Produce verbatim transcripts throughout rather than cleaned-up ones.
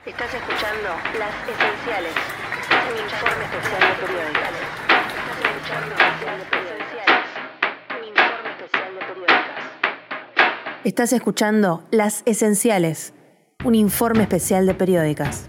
Estás escuchando Las Esenciales, un informe especial de periódicas. Estás escuchando Las Esenciales, un informe especial de periódicas. Estás escuchando Las Esenciales, un informe especial de periódicas.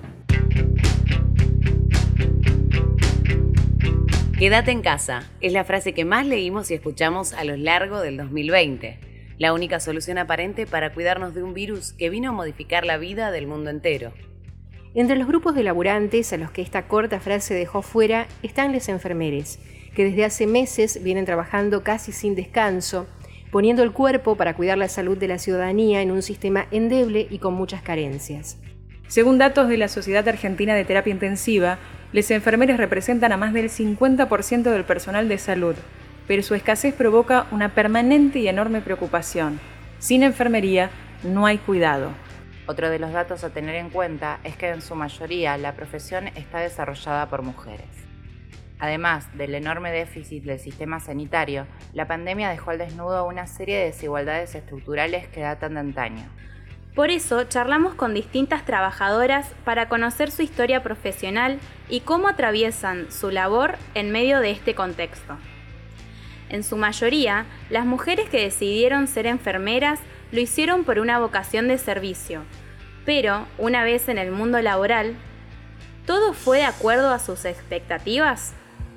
Quédate en casa, es la frase que más leímos y escuchamos a lo largo del dos mil veinte. La única solución aparente para cuidarnos de un virus que vino a modificar la vida del mundo entero. Entre los grupos de laburantes a los que esta corta frase dejó fuera están los enfermeros, que desde hace meses vienen trabajando casi sin descanso, poniendo el cuerpo para cuidar la salud de la ciudadanía en un sistema endeble y con muchas carencias. Según datos de la Sociedad Argentina de Terapia Intensiva, los enfermeros representan a más del cincuenta por ciento del personal de salud, pero su escasez provoca una permanente y enorme preocupación. Sin enfermería no hay cuidado. Otro de los datos a tener en cuenta es que en su mayoría la profesión está desarrollada por mujeres. Además del enorme déficit del sistema sanitario, la pandemia dejó al desnudo una serie de desigualdades estructurales que datan de antaño. Por eso charlamos con distintas trabajadoras para conocer su historia profesional y cómo atraviesan su labor en medio de este contexto. En su mayoría, las mujeres que decidieron ser enfermeras lo hicieron por una vocación de servicio, pero una vez en el mundo laboral, ¿todo fue de acuerdo a sus expectativas?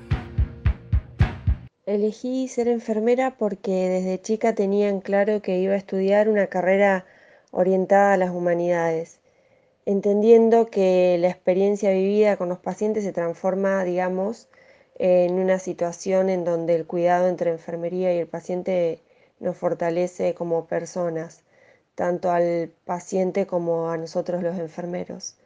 Elegí ser enfermera porque desde chica tenía en claro que iba a estudiar una carrera orientada a las humanidades, entendiendo que la experiencia vivida con los pacientes se transforma, digamos, en una situación en donde el cuidado entre enfermería y el paciente nos fortalece como personas, tanto al paciente como a nosotros los enfermeros.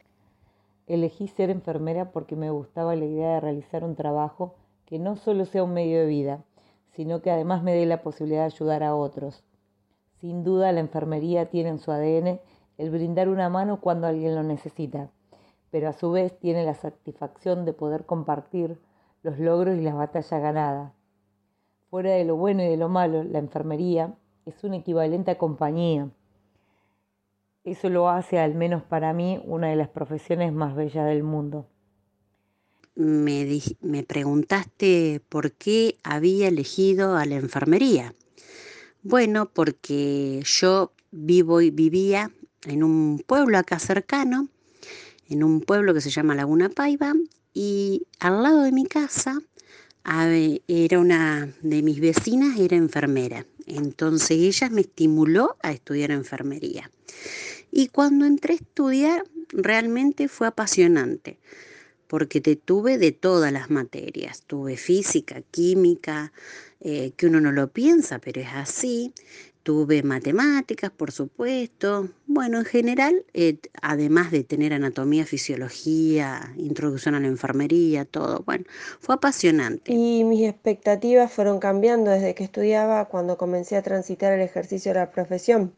Elegí ser enfermera porque me gustaba la idea de realizar un trabajo que no solo sea un medio de vida, sino que además me dé la posibilidad de ayudar a otros. Sin duda la enfermería tiene en su A D N el brindar una mano cuando alguien lo necesita, pero a su vez tiene la satisfacción de poder compartir los logros y las batallas ganadas. Fuera de lo bueno y de lo malo, la enfermería es un equivalente a compañía. Eso lo hace, al menos para mí, una de las profesiones más bellas del mundo. Me, di- me preguntaste por qué había elegido a la enfermería. Bueno, porque yo vivo y vivía en un pueblo acá cercano, en un pueblo que se llama Laguna Paiva, y al lado de mi casa ave- era una de mis vecinas, era enfermera. Entonces ella me estimuló a estudiar enfermería. Y cuando entré a estudiar, realmente fue apasionante, porque te tuve de todas las materias. Tuve física, química, eh, que uno no lo piensa, pero es así. Tuve matemáticas, por supuesto. Bueno, en general, eh, además de tener anatomía, fisiología, introducción a la enfermería, todo. Bueno, fue apasionante. Y mis expectativas fueron cambiando desde que estudiaba cuando comencé a transitar el ejercicio de la profesión,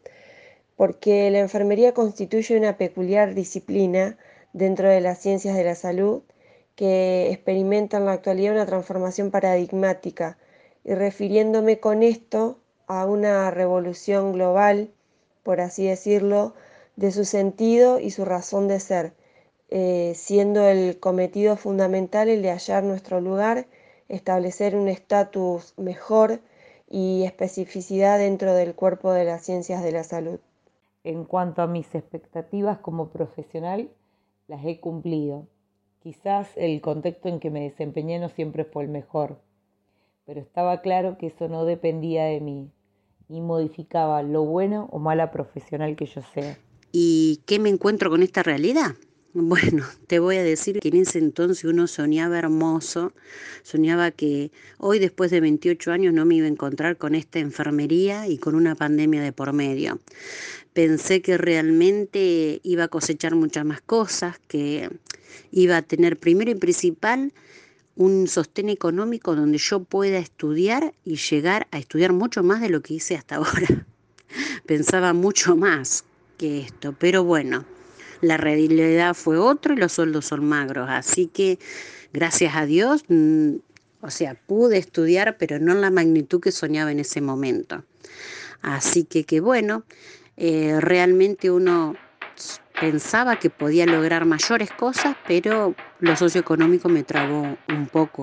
porque la enfermería constituye una peculiar disciplina dentro de las ciencias de la salud que experimenta en la actualidad una transformación paradigmática, y refiriéndome con esto a una revolución global, por así decirlo, de su sentido y su razón de ser, eh, siendo el cometido fundamental el de hallar nuestro lugar, establecer un estatus mejor y especificidad dentro del cuerpo de las ciencias de la salud. En cuanto a mis expectativas como profesional, las he cumplido. Quizás el contexto en que me desempeñé no siempre fue el mejor, pero estaba claro que eso no dependía de mí, ni modificaba lo bueno o mala profesional que yo sea. ¿Y qué me encuentro con esta realidad? Bueno, te voy a decir que en ese entonces uno soñaba hermoso, soñaba que hoy después de veintiocho años no me iba a encontrar con esta enfermería y con una pandemia de por medio. Pensé que realmente iba a cosechar muchas más cosas, que iba a tener primero y principal un sostén económico donde yo pueda estudiar y llegar a estudiar mucho más de lo que hice hasta ahora. Pensaba mucho más que esto, pero bueno, la realidad fue otra y los sueldos son magros, así que gracias a Dios, mm, o sea, pude estudiar, pero no en la magnitud que soñaba en ese momento. Así que, que bueno, eh, realmente uno pensaba que podía lograr mayores cosas, pero lo socioeconómico me trabó un poco.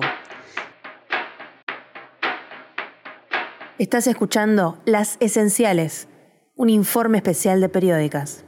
Estás escuchando Las Esenciales, un informe especial de Periódicas.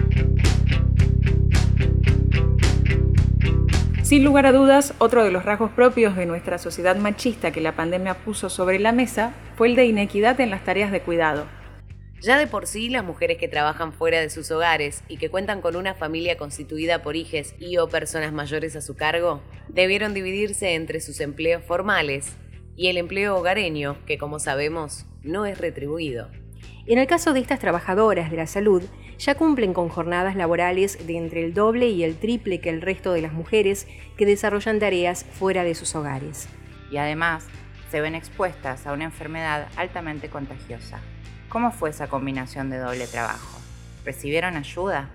Sin lugar a dudas, otro de los rasgos propios de nuestra sociedad machista que la pandemia puso sobre la mesa fue el de inequidad en las tareas de cuidado. Ya de por sí, las mujeres que trabajan fuera de sus hogares y que cuentan con una familia constituida por hijes y o personas mayores a su cargo, debieron dividirse entre sus empleos formales y el empleo hogareño, que como sabemos, no es retribuido. En el caso de estas trabajadoras de la salud, ya cumplen con jornadas laborales de entre el doble y el triple que el resto de las mujeres que desarrollan tareas fuera de sus hogares. Y además, se ven expuestas a una enfermedad altamente contagiosa. ¿Cómo fue esa combinación de doble trabajo? ¿Recibieron ayuda?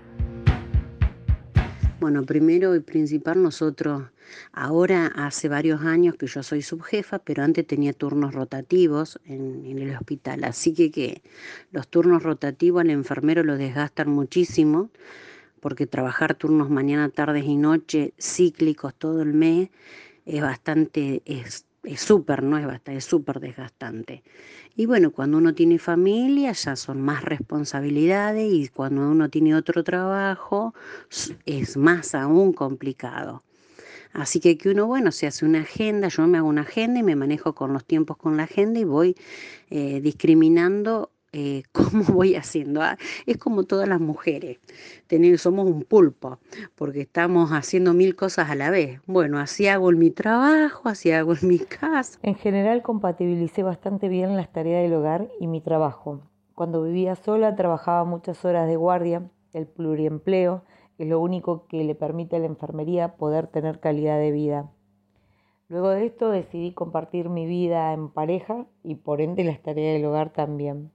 Bueno, primero y principal, nosotros ahora hace varios años que yo soy subjefa, pero antes tenía turnos rotativos en, en el hospital, así que, que los turnos rotativos al enfermero lo desgastan muchísimo, porque trabajar turnos mañana, tardes y noche, cíclicos todo el mes, es bastante, es es súper, no es bastante, es súper desgastante. Y bueno, cuando uno tiene familia ya son más responsabilidades y cuando uno tiene otro trabajo es más aún complicado. Así que que uno, bueno, se hace una agenda, yo me hago una agenda y me manejo con los tiempos con la agenda y voy eh, discriminando eh, cómo voy haciendo. Ah, es como todas las mujeres, tener, somos un pulpo, porque estamos haciendo mil cosas a la vez. Bueno, así hago en mi trabajo, así hago en mi casa. En general compatibilicé bastante bien las tareas del hogar y mi trabajo. Cuando vivía sola trabajaba muchas horas de guardia, el pluriempleo es lo único que le permite a la enfermería poder tener calidad de vida. Luego de esto decidí compartir mi vida en pareja y por ende las tareas del hogar también.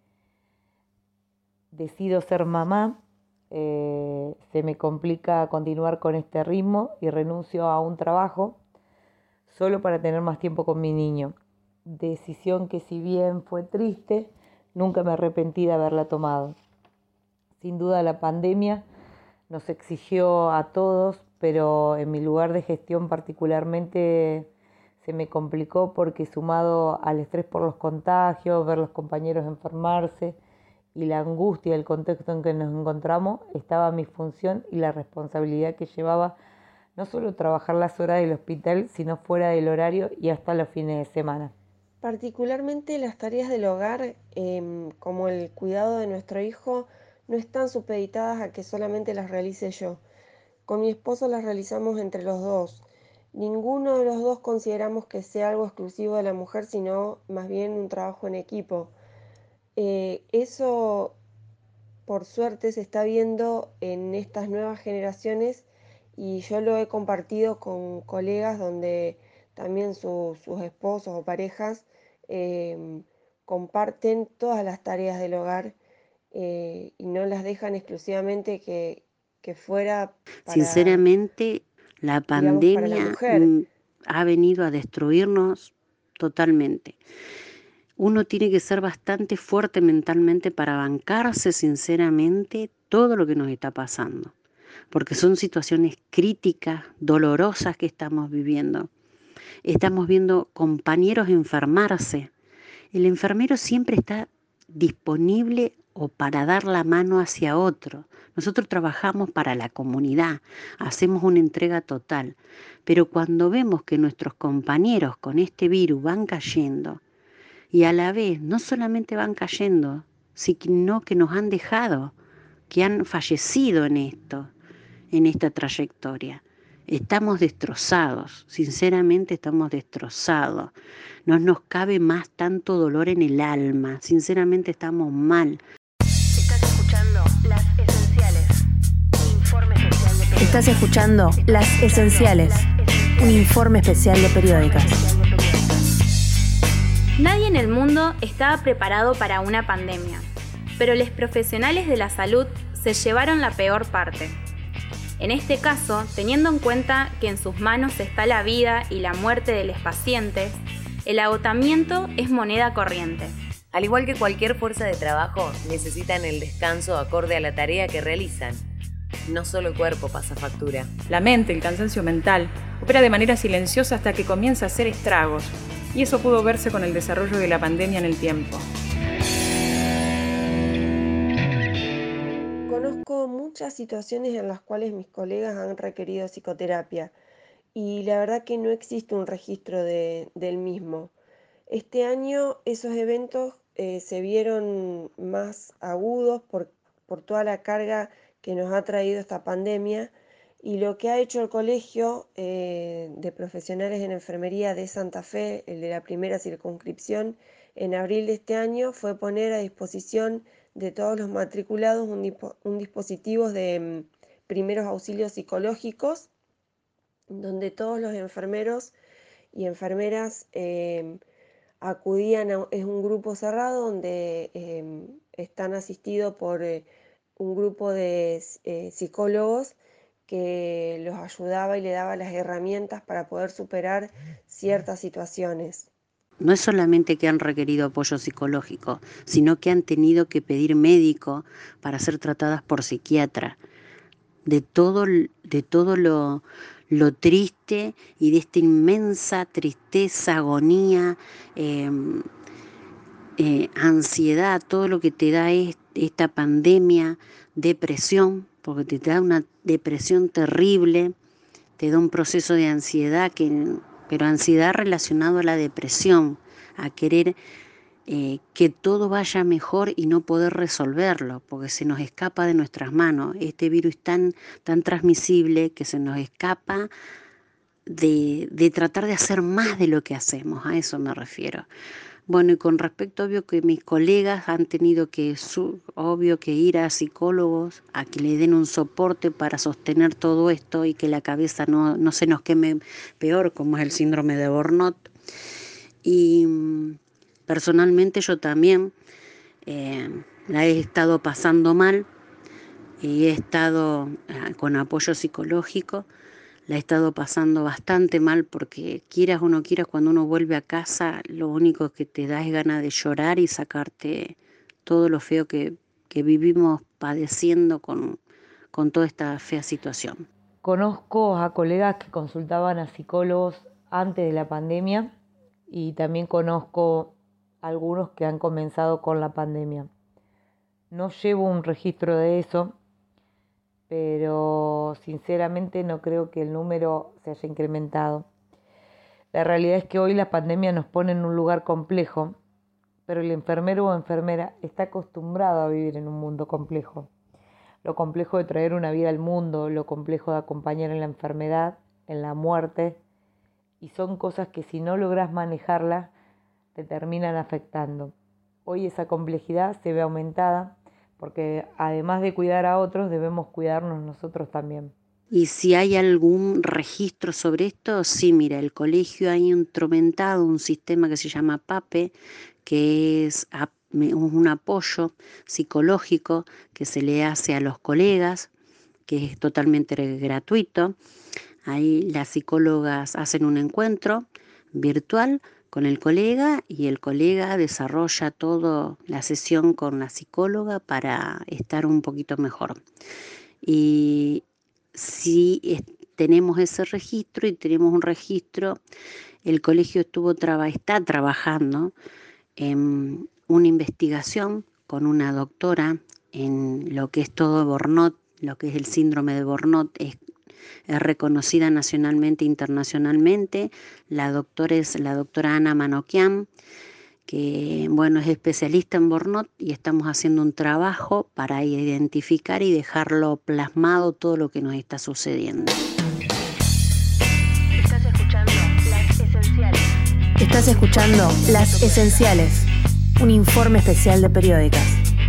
Decido ser mamá, eh, se me complica continuar con este ritmo y renuncio a un trabajo solo para tener más tiempo con mi niño. Decisión que si bien fue triste, nunca me arrepentí de haberla tomado. Sin duda la pandemia nos exigió a todos, pero en mi lugar de gestión particularmente se me complicó porque sumado al estrés por los contagios, ver los compañeros enfermarse y la angustia del contexto en que nos encontramos, estaba mi función y la responsabilidad que llevaba no solo trabajar las horas del hospital, sino fuera del horario y hasta los fines de semana. Particularmente las tareas del hogar, eh, como el cuidado de nuestro hijo, no están supeditadas a que solamente las realice yo. Con mi esposo las realizamos entre los dos. Ninguno de los dos consideramos que sea algo exclusivo de la mujer, sino más bien un trabajo en equipo. Eh, eso, por suerte, se está viendo en estas nuevas generaciones y yo lo he compartido con colegas donde también su, sus esposos o parejas eh, comparten todas las tareas del hogar eh, y no las dejan exclusivamente que, que fuera para, sinceramente, la pandemia, digamos, para la mujer. Ha venido a destruirnos totalmente. Uno tiene que ser bastante fuerte mentalmente para bancarse sinceramente todo lo que nos está pasando, porque son situaciones críticas, dolorosas que estamos viviendo. Estamos viendo compañeros enfermarse. El enfermero siempre está disponible o para dar la mano hacia otro. Nosotros trabajamos para la comunidad, hacemos una entrega total, pero cuando vemos que nuestros compañeros con este virus van cayendo, y a la vez no solamente van cayendo, sino que nos han dejado, que han fallecido en esto, en esta trayectoria. Estamos destrozados, sinceramente estamos destrozados. No nos cabe más tanto dolor en el alma, sinceramente estamos mal. Estás escuchando Las Esenciales, un informe especial de Periódicas. Estás escuchando Las Esenciales, un informe especial de Periódicas. Nadie en el mundo estaba preparado para una pandemia, pero los profesionales de la salud se llevaron la peor parte. En este caso, teniendo en cuenta que en sus manos está la vida y la muerte de los pacientes, el agotamiento es moneda corriente. Al igual que cualquier fuerza de trabajo, necesitan el descanso acorde a la tarea que realizan. no solo el cuerpo pasa factura. La mente, el cansancio mental, opera de manera silenciosa hasta que comienza a hacer estragos, y eso pudo verse con el desarrollo de la pandemia en el tiempo. Conozco muchas situaciones en las cuales mis colegas han requerido psicoterapia y la verdad que no existe un registro de, del mismo. Este año esos eventos eh, se vieron más agudos por, por toda la carga que nos ha traído esta pandemia, y lo que ha hecho el Colegio eh, de Profesionales en Enfermería de Santa Fe, el de la primera circunscripción, en abril de este año fue poner a disposición de todos los matriculados un, dispo, un dispositivo de um, primeros auxilios psicológicos, donde todos los enfermeros y enfermeras eh, acudían a, es un grupo cerrado donde eh, están asistidos por eh, un grupo de eh, psicólogos que los ayudaba y le daba las herramientas para poder superar ciertas situaciones. No es solamente que han requerido apoyo psicológico, sino que han tenido que pedir médico para ser tratadas por psiquiatra. De todo, de todo lo, lo triste y de esta inmensa tristeza, agonía, eh, eh, ansiedad, todo lo que te da es, esta pandemia, depresión, porque te da una depresión terrible, te da un proceso de ansiedad que... pero ansiedad relacionada a la depresión, a querer eh, que todo vaya mejor y no poder resolverlo, porque se nos escapa de nuestras manos. Este virus tan, tan transmisible que se nos escapa de, de tratar de hacer más de lo que hacemos, a eso me refiero. Bueno, y con respecto, obvio que mis colegas han tenido que, su, obvio que ir a psicólogos, a que le den un soporte para sostener todo esto y que la cabeza no, no se nos queme peor, como es el síndrome de Burnout. Y personalmente yo también eh, la he estado pasando mal y he estado eh, con apoyo psicológico. La he estado pasando bastante mal porque quieras o no quieras, cuando uno vuelve a casa, lo único que te da es ganas de llorar y sacarte todo lo feo que, que vivimos padeciendo con, con toda esta fea situación. Conozco a colegas que consultaban a psicólogos antes de la pandemia y también conozco a algunos que han comenzado con la pandemia. No llevo un registro de eso, pero sinceramente no creo que el número se haya incrementado. La realidad es que hoy la pandemia nos pone en un lugar complejo, pero el enfermero o enfermera está acostumbrado a vivir en un mundo complejo. Lo complejo de traer una vida al mundo, lo complejo de acompañar en la enfermedad, en la muerte, y son cosas que si no logras manejarlas, te terminan afectando. Hoy esa complejidad se ve aumentada, porque además de cuidar a otros, debemos cuidarnos nosotros también. Y si hay algún registro sobre esto, sí, mira, el colegio ha instrumentado un sistema que se llama PAPE, que es un apoyo psicológico que se le hace a los colegas, que es totalmente gratuito. Ahí las psicólogas hacen un encuentro virtual con el colega y el colega desarrolla toda la sesión con la psicóloga para estar un poquito mejor. Y si es, tenemos ese registro y tenemos un registro, el colegio estuvo traba, está trabajando en una investigación con una doctora en lo que es todo Burnout, lo que es el síndrome de Burnout, es Es reconocida nacionalmente e internacionalmente. La doctora es la doctora Ana Manoquian, que bueno, es especialista en Burnout y estamos haciendo un trabajo para identificar y dejarlo plasmado todo lo que nos está sucediendo. Estás escuchando Las Esenciales. Estás escuchando Las Esenciales, un informe especial de Periódicas.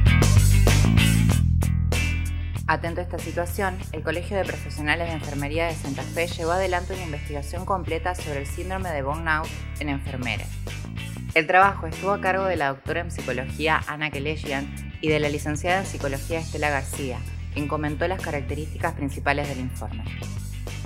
Atento a esta situación, el Colegio de Profesionales de Enfermería de Santa Fe llevó adelante una investigación completa sobre el síndrome de burnout en enfermeras. El trabajo estuvo a cargo de la doctora en psicología Ana Kelesian y de la licenciada en psicología Estela García, quien comentó las características principales del informe.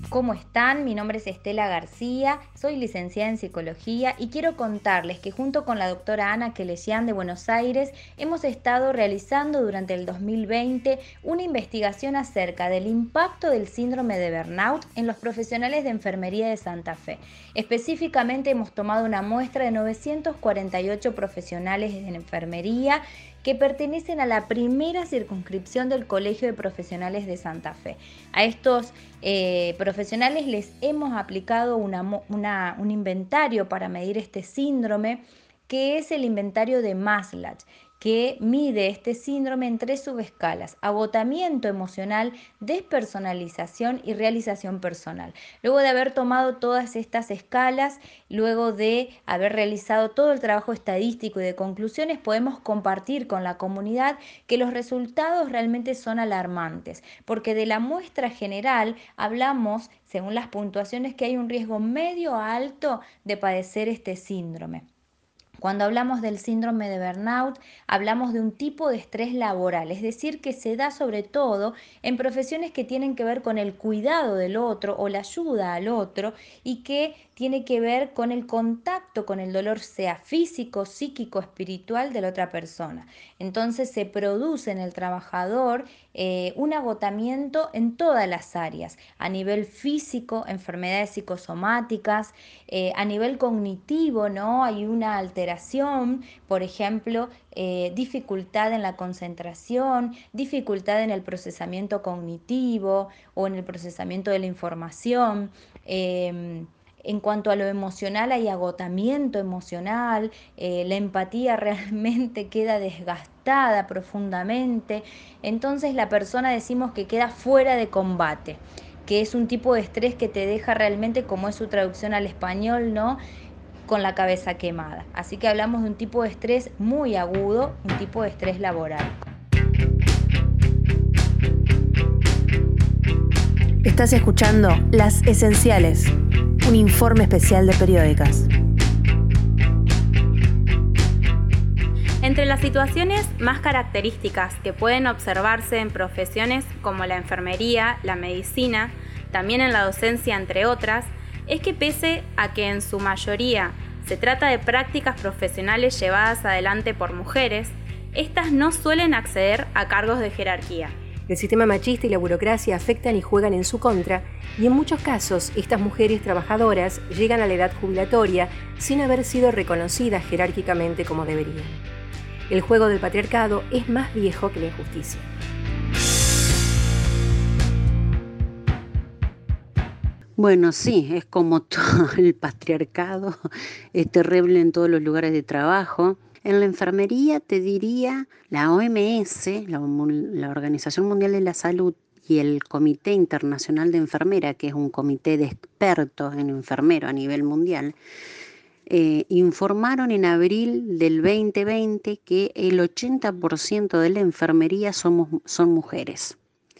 ¿Cómo están? Mi nombre es Estela García, soy licenciada en Psicología y quiero contarles que junto con la doctora Ana Kelesian de Buenos Aires hemos estado realizando durante el dos mil veinte una investigación acerca del impacto del síndrome de burnout en los profesionales de enfermería de Santa Fe. Específicamente hemos tomado una muestra de novecientos cuarenta y ocho profesionales de enfermería que pertenecen a la primera circunscripción del Colegio de Profesionales de Santa Fe. A estos eh, profesionales les hemos aplicado una, una, un inventario para medir este síndrome, que es el inventario de Maslach, que mide este síndrome en tres subescalas: agotamiento emocional, despersonalización y realización personal. Luego de haber tomado todas estas escalas, luego de haber realizado todo el trabajo estadístico y de conclusiones, podemos compartir con la comunidad que los resultados realmente son alarmantes, porque de la muestra general hablamos, según las puntuaciones, que hay un riesgo medio a alto de padecer este síndrome. Cuando hablamos del síndrome de burnout, hablamos de un tipo de estrés laboral, es decir, que se da sobre todo en profesiones que tienen que ver con el cuidado del otro o la ayuda al otro y que tiene que ver con el contacto con el dolor, sea físico, psíquico, espiritual de la otra persona. Entonces se produce en el trabajador eh, un agotamiento en todas las áreas, a nivel físico, enfermedades psicosomáticas, eh, a nivel cognitivo, ¿no? Hay una alteración, por ejemplo, eh, dificultad en la concentración, dificultad en el procesamiento cognitivo o en el procesamiento de la información. Eh, En cuanto a lo emocional, hay agotamiento emocional, eh, la empatía realmente queda desgastada profundamente. Entonces la persona, decimos, que queda fuera de combate, que es un tipo de estrés que te deja realmente, como es su traducción al español, ¿no?, con la cabeza quemada. Así que hablamos de un tipo de estrés muy agudo, un tipo de estrés laboral. Estás escuchando Las Esenciales, un informe especial de Periódicas. Entre las situaciones más características que pueden observarse en profesiones como la enfermería, la medicina, también en la docencia, entre otras, es que pese a que en su mayoría se trata de prácticas profesionales llevadas adelante por mujeres, estas no suelen acceder a cargos de jerarquía. El sistema machista y la burocracia afectan y juegan en su contra, y en muchos casos estas mujeres trabajadoras llegan a la edad jubilatoria sin haber sido reconocidas jerárquicamente como deberían. El juego del patriarcado es más viejo que la injusticia. Bueno, sí, es como todo el patriarcado, es terrible en todos los lugares de trabajo. En la enfermería, te diría, la O M S, la, la Organización Mundial de la Salud, y el Comité Internacional de Enfermera, que es un comité de expertos en enfermero a nivel mundial, eh, informaron en abril del veinte veinte que el ochenta por ciento de la enfermería somos, son mujeres,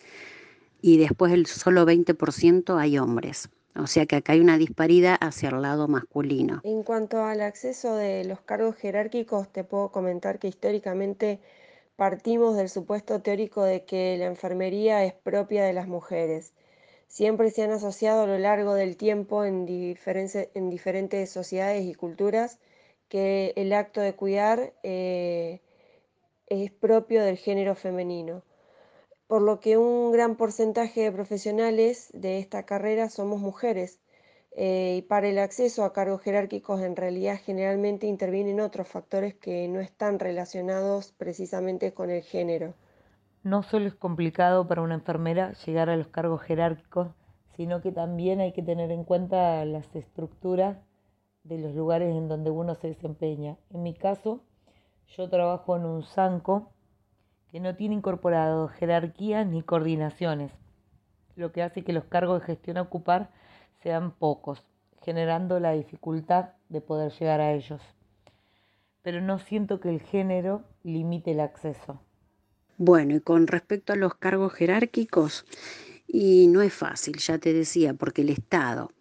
y después el solo veinte por ciento hay hombres. O sea que acá hay una disparidad hacia el lado masculino. En cuanto al acceso de los cargos jerárquicos, te puedo comentar que históricamente partimos del supuesto teórico de que la enfermería es propia de las mujeres. Siempre se han asociado a lo largo del tiempo en, diferen- en diferentes sociedades y culturas que el acto de cuidar eh, es propio del género femenino, por lo que un gran porcentaje de profesionales de esta carrera somos mujeres, eh, y para el acceso a cargos jerárquicos en realidad generalmente intervienen otros factores que no están relacionados precisamente con el género. No solo es complicado para una enfermera llegar a los cargos jerárquicos, sino que también hay que tener en cuenta las estructuras de los lugares en donde uno se desempeña. En mi caso, yo trabajo en un SANCO que no tiene incorporado jerarquías ni coordinaciones, lo que hace que los cargos de gestión a ocupar sean pocos, generando la dificultad de poder llegar a ellos. Pero no siento que el género limite el acceso. Bueno, y con respecto a los cargos jerárquicos, y no es fácil, ya te decía, porque el Estado,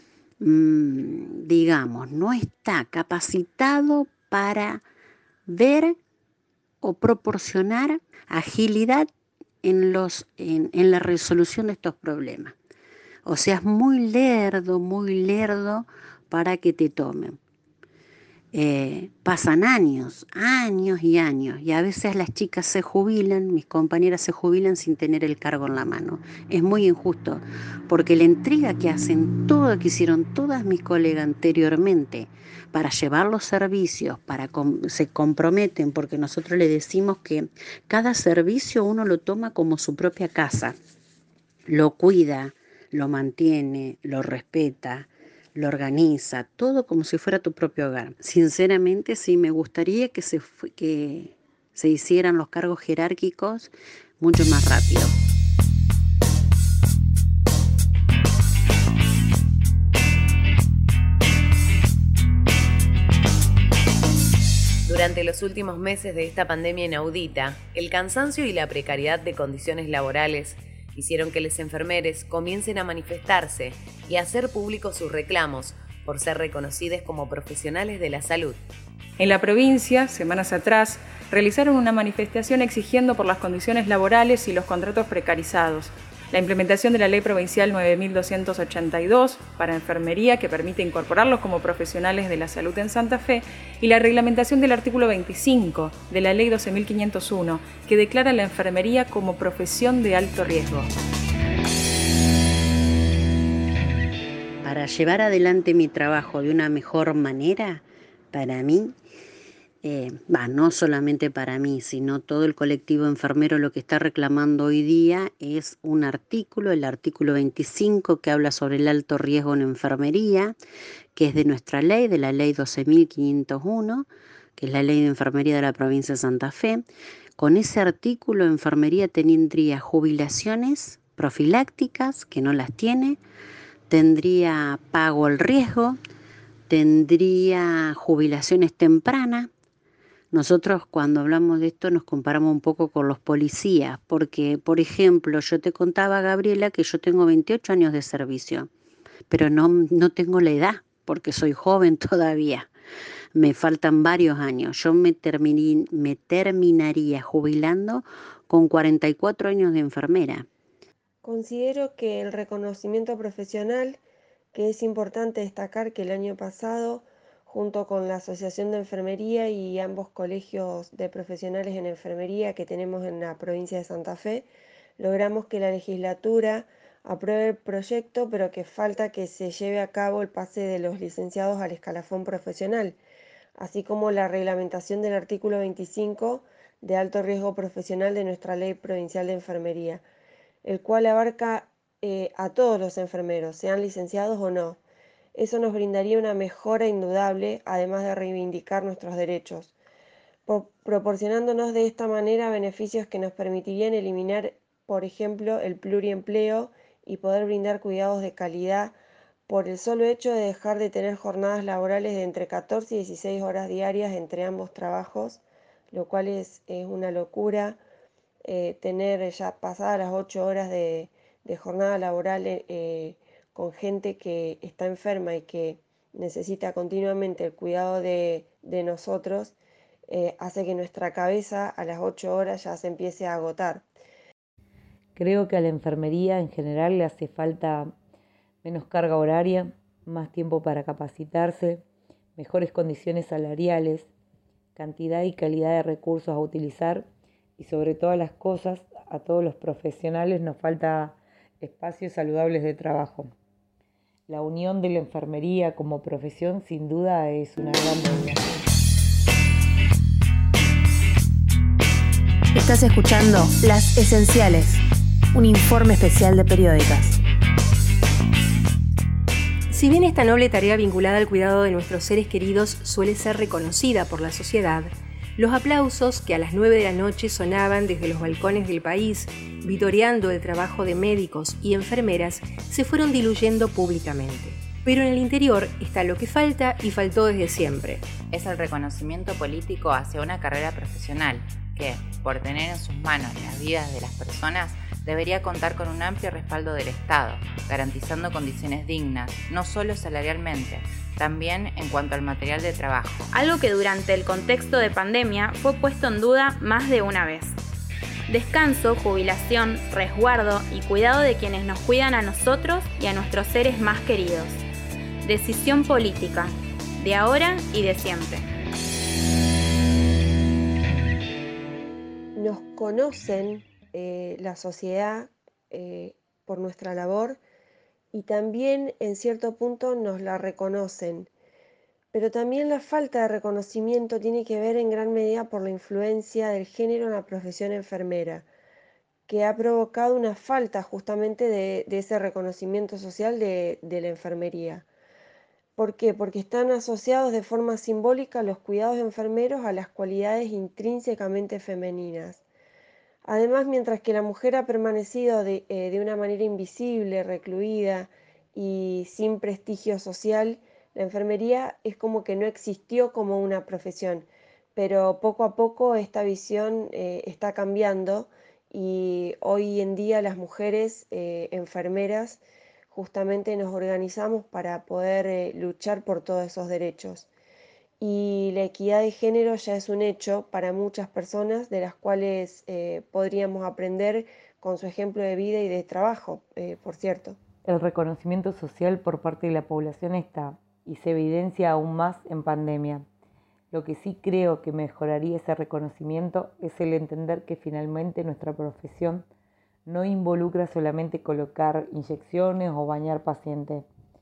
mmm, digamos, no está capacitado para ver o proporcionar agilidad en, los, en, en la resolución de estos problemas. O sea, es muy lerdo, muy lerdo para que te tomen. Eh, pasan años, años y años, y a veces las chicas se jubilan, mis compañeras se jubilan sin tener el cargo en la mano. Es muy injusto, porque la entrega que hacen, todo que hicieron todas mis colegas anteriormente para llevar los servicios, para com- se comprometen, porque nosotros le decimos que cada servicio uno lo toma como su propia casa, lo cuida, lo mantiene, lo respeta, lo organiza, todo como si fuera tu propio hogar. Sinceramente, sí, me gustaría que se, que se hicieran los cargos jerárquicos mucho más rápido. Durante los últimos meses de esta pandemia inaudita, el cansancio y la precariedad de condiciones laborales hicieron que los enfermeros comiencen a manifestarse y a hacer públicos sus reclamos por ser reconocidos como profesionales de la salud. En la provincia, semanas atrás, realizaron una manifestación exigiendo por las condiciones laborales y los contratos precarizados, la implementación de la Ley Provincial nueve mil doscientos ochenta y dos para enfermería, que permite incorporarlos como profesionales de la salud en Santa Fe, y la reglamentación del artículo veinticinco de la Ley doce mil quinientos uno, que declara la enfermería como profesión de alto riesgo. Para llevar adelante mi trabajo de una mejor manera, para mí, Eh, bah, no solamente para mí, sino todo el colectivo enfermero, lo que está reclamando hoy día es un artículo, el artículo veinticinco, que habla sobre el alto riesgo en enfermería, que es de nuestra ley, de la ley doce mil quinientos uno, que es la ley de enfermería de la provincia de Santa Fe. Con ese artículo, enfermería tendría jubilaciones profilácticas, que no las tiene, tendría pago al riesgo, tendría jubilaciones tempranas. Nosotros cuando hablamos de esto nos comparamos un poco con los policías, porque, por ejemplo, yo te contaba, Gabriela, que yo tengo veintiocho años de servicio, pero no, no tengo la edad, porque soy joven todavía. Me faltan varios años. Yo me, terminé, me terminaría jubilando con cuarenta y cuatro años de enfermera. Considero que el reconocimiento profesional, que es importante destacar que el año pasado, junto con la Asociación de Enfermería y ambos colegios de profesionales en enfermería que tenemos en la provincia de Santa Fe, logramos que la legislatura apruebe el proyecto, pero que falta que se lleve a cabo el pase de los licenciados al escalafón profesional, así como la reglamentación del artículo veinticinco de alto riesgo profesional de nuestra Ley Provincial de Enfermería, el cual abarca eh, a todos los enfermeros, sean licenciados o no. Eso nos brindaría una mejora indudable, además de reivindicar nuestros derechos, pro- proporcionándonos de esta manera beneficios que nos permitirían eliminar, por ejemplo, el pluriempleo y poder brindar cuidados de calidad por el solo hecho de dejar de tener jornadas laborales de entre catorce y dieciséis horas diarias entre ambos trabajos, lo cual es, es una locura. Eh, tener ya pasadas las ocho horas de, de jornada laboral eh, con gente que está enferma y que necesita continuamente el cuidado de, de nosotros, eh, hace que nuestra cabeza a las ocho horas ya se empiece a agotar. Creo que a la enfermería en general le hace falta menos carga horaria, más tiempo para capacitarse, mejores condiciones salariales, cantidad y calidad de recursos a utilizar, y sobre todas las cosas, a todos los profesionales nos falta espacios saludables de trabajo. La unión de la enfermería como profesión sin duda es una gran obligación. Estás escuchando Las Esenciales, un informe especial de Periódicas. Si bien esta noble tarea vinculada al cuidado de nuestros seres queridos suele ser reconocida por la sociedad, los aplausos que a las nueve de la noche sonaban desde los balcones del país, vitoreando el trabajo de médicos y enfermeras, se fueron diluyendo públicamente. Pero en el interior está lo que falta y faltó desde siempre. Es el reconocimiento político hacia una carrera profesional que, por tener en sus manos las vidas de las personas, debería contar con un amplio respaldo del Estado, garantizando condiciones dignas, no solo salarialmente, también en cuanto al material de trabajo. Algo que durante el contexto de pandemia fue puesto en duda más de una vez. Descanso, jubilación, resguardo y cuidado de quienes nos cuidan a nosotros y a nuestros seres más queridos. Decisión política, de ahora y de siempre. Nos conocen eh, la sociedad eh, por nuestra labor y también en cierto punto nos la reconocen. Pero también la falta de reconocimiento tiene que ver en gran medida por la influencia del género en la profesión enfermera, que ha provocado una falta justamente de, de ese reconocimiento social de, de la enfermería. ¿Por qué? Porque están asociados de forma simbólica los cuidados enfermeros a las cualidades intrínsecamente femeninas. Además, mientras que la mujer ha permanecido de, eh, de una manera invisible, recluida y sin prestigio social, la enfermería es como que no existió como una profesión, pero poco a poco esta visión eh, está cambiando y hoy en día las mujeres eh, enfermeras justamente nos organizamos para poder eh, luchar por todos esos derechos. Y la equidad de género ya es un hecho para muchas personas de las cuales eh, podríamos aprender con su ejemplo de vida y de trabajo, eh, por cierto. El reconocimiento social por parte de la población está y se evidencia aún más en pandemia. Lo que sí creo que mejoraría ese reconocimiento es el entender que finalmente nuestra profesión no involucra solamente colocar inyecciones o bañar pacientes.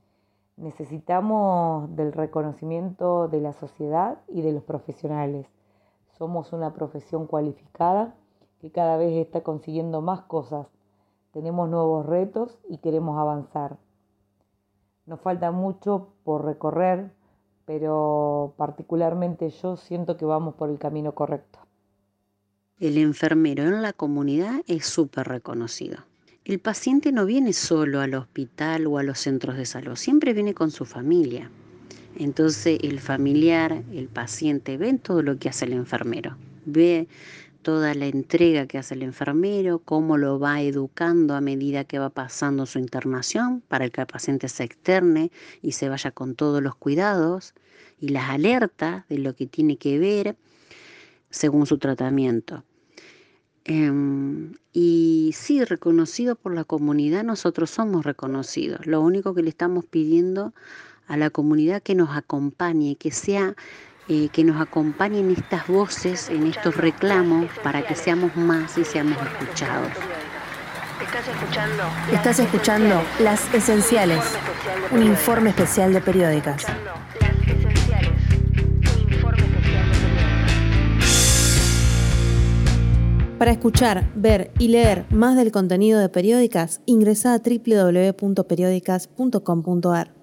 Necesitamos del reconocimiento de la sociedad y de los profesionales. Somos una profesión cualificada que cada vez está consiguiendo más cosas. Tenemos nuevos retos y queremos avanzar. Nos falta mucho por recorrer, pero particularmente yo siento que vamos por el camino correcto. El enfermero en la comunidad es súper reconocido. El paciente no viene solo al hospital o a los centros de salud, siempre viene con su familia. Entonces el familiar, el paciente, ven todo lo que hace el enfermero, ve toda la entrega que hace el enfermero, cómo lo va educando a medida que va pasando su internación para que el paciente se externe y se vaya con todos los cuidados y las alertas de lo que tiene que ver según su tratamiento. Eh, y sí, reconocido por la comunidad, nosotros somos reconocidos. Lo único que le estamos pidiendo a la comunidad que nos acompañe, que sea Eh, que nos acompañen estas voces, en estos reclamos, para que seamos más y seamos escuchados. Estás escuchando, Estás escuchando Las Esenciales, un informe especial de Periódicas. Las Esenciales, un informe especial de Periódicas. Para escuchar, ver y leer más del contenido de Periódicas, ingresa a doble u doble u doble u punto periódicas punto com punto a r.